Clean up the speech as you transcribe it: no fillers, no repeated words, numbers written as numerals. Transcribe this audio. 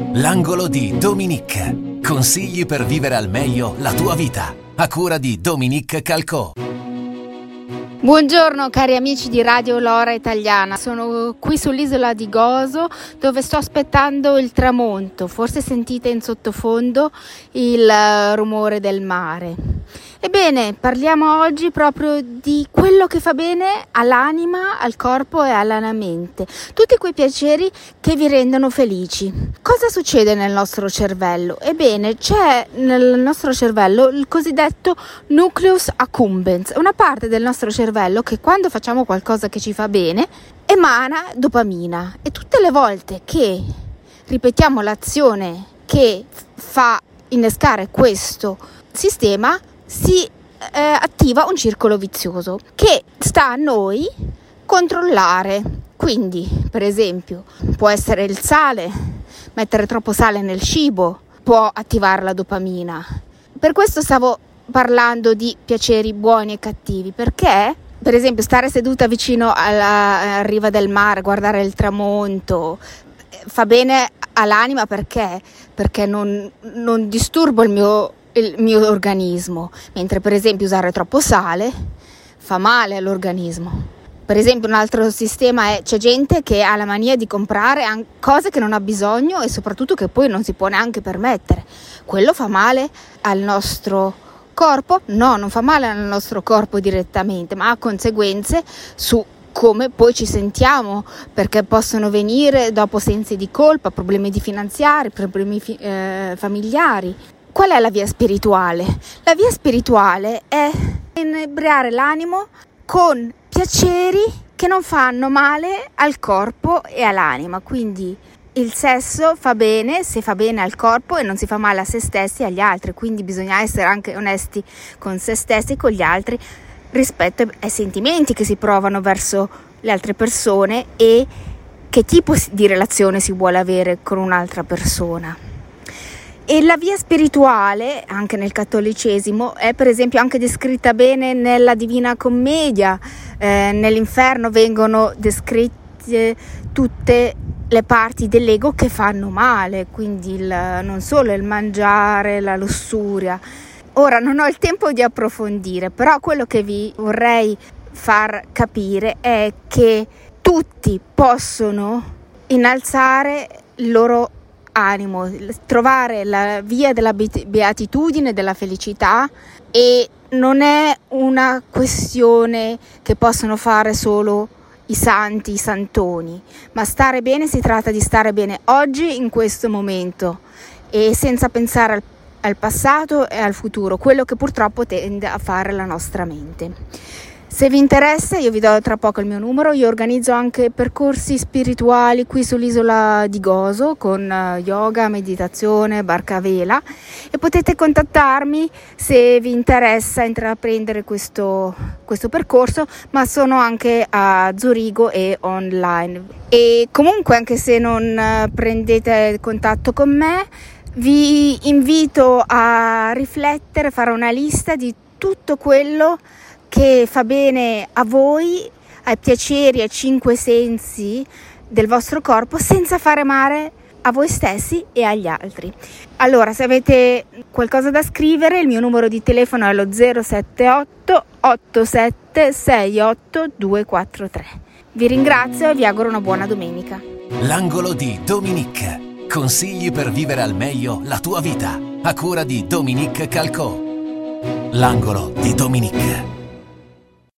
L'angolo di Dominique. Consigli per vivere al meglio la tua vita. A cura di Dominique Calcò. Buongiorno cari amici di Radio Lora Italiana, sono qui sull'isola di Gozo dove sto aspettando il tramonto, forse sentite in sottofondo il rumore del mare. Ebbene, parliamo oggi proprio di quello che fa bene all'anima, al corpo e alla mente, tutti quei piaceri che vi rendono felici. Cosa succede nel nostro cervello? Ebbene, c'è nel nostro cervello il cosiddetto nucleus accumbens, una parte del nostro cervello che quando facciamo qualcosa che ci fa bene emana dopamina, e tutte le volte che ripetiamo l'azione che fa innescare questo sistema si attiva un circolo vizioso che sta a noi controllare. Quindi, per esempio, può essere il sale, mettere troppo sale nel cibo può attivare la dopamina. Per questo stavo parlando di piaceri buoni e cattivi, perché per esempio stare seduta vicino alla riva del mare, guardare il tramonto fa bene all'anima perché non disturbo il mio organismo, mentre per esempio usare troppo sale fa male all'organismo. Per esempio un altro sistema c'è gente che ha la mania di comprare cose che non ha bisogno e soprattutto che poi non si può neanche permettere. Quello fa male al nostro corpo? No, non fa male al nostro corpo direttamente, ma ha conseguenze su come poi ci sentiamo, perché possono venire dopo sensi di colpa, problemi finanziari, problemi familiari. Qual è la via spirituale? La via spirituale è inebriare l'animo con piaceri che non fanno male al corpo e all'anima. Quindi il sesso fa bene se fa bene al corpo e non si fa male a se stessi e agli altri, quindi bisogna essere anche onesti con se stessi e con gli altri rispetto ai sentimenti che si provano verso le altre persone e che tipo di relazione si vuole avere con un'altra persona. E la via spirituale, anche nel cattolicesimo, è per esempio anche descritta bene nella Divina Commedia. Nell'inferno vengono descritte tutte le parti dell'ego che fanno male, quindi non solo il mangiare, la lussuria. Ora non ho il tempo di approfondire, però quello che vi vorrei far capire è che tutti possono innalzare il loro animo, trovare la via della beatitudine, della felicità, e non è una questione che possono fare solo i santi, i santoni, ma stare bene si tratta di stare bene oggi, in questo momento, e senza pensare al passato e al futuro, quello che purtroppo tende a fare la nostra mente. Se vi interessa, io vi do tra poco il mio numero. Io organizzo anche percorsi spirituali qui sull'isola di Gozo con yoga, meditazione, barca a vela, e potete contattarmi se vi interessa intraprendere questo percorso, ma sono anche a Zurigo e online. E comunque, anche se non prendete contatto con me, vi invito a riflettere, fare una lista di tutto quello che fa bene a voi, ai piaceri, ai 5 sensi del vostro corpo, senza fare male a voi stessi e agli altri. Allora, se avete qualcosa da scrivere, il mio numero di telefono è lo 078 87 68 243. Vi ringrazio e vi auguro una buona domenica. L'angolo di Dominique. Consigli per vivere al meglio la tua vita. A cura di Dominique Calcò. L'angolo di Dominique.